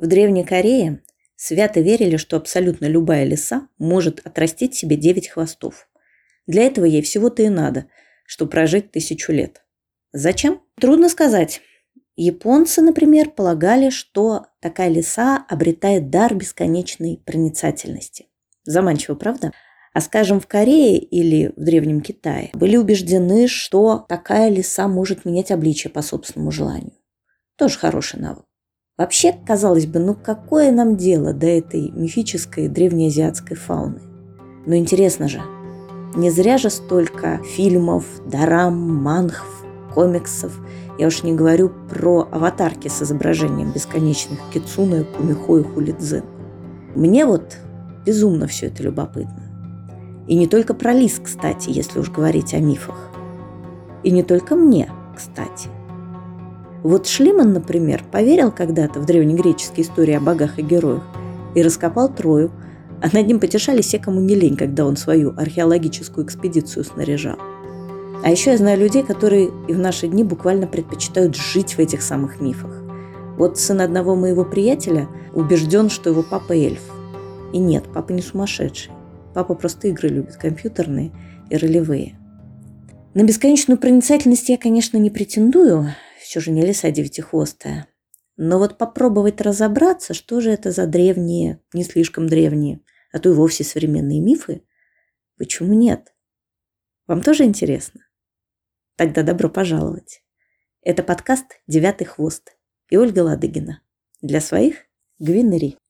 В Древней Корее свято верили, что абсолютно любая лиса может отрастить себе 9 хвостов. Для этого ей всего-то и надо, чтобы прожить 1000 лет. Зачем? Трудно сказать. Японцы, например, полагали, что такая лиса обретает дар бесконечной проницательности. Заманчиво, правда? А скажем, в Корее или в Древнем Китае были убеждены, что такая лиса может менять обличие по собственному желанию. Тоже хороший навык. Вообще, казалось бы, какое нам дело до этой мифической древнеазиатской фауны? Но интересно же, не зря же столько фильмов, дорам, манхв, комиксов. Я уж не говорю про аватарки с изображением бесконечных кицунэ, кумихо и хулидзин. Мне безумно все это любопытно. И не только про лис, кстати, если уж говорить о мифах. И не только мне, кстати. Шлиман, например, поверил когда-то в древнегреческие истории о богах и героях и раскопал Трою, а над ним потешали все, кому не лень, когда он свою археологическую экспедицию снаряжал. А еще я знаю людей, которые и в наши дни буквально предпочитают жить в этих самых мифах. Сын одного моего приятеля убежден, что его папа эльф. И нет, папа не сумасшедший. Папа просто игры любит, компьютерные и ролевые. На бесконечную проницательность я, конечно, не претендую, все же не лиса девятихвостая. Но попробовать разобраться, что же это за древние, не слишком древние, а то и вовсе современные мифы, почему нет? Вам тоже интересно? Тогда добро пожаловать. Это подкаст «Девятый хвост» и Ольга Ладыгина. Для своих Гвинери.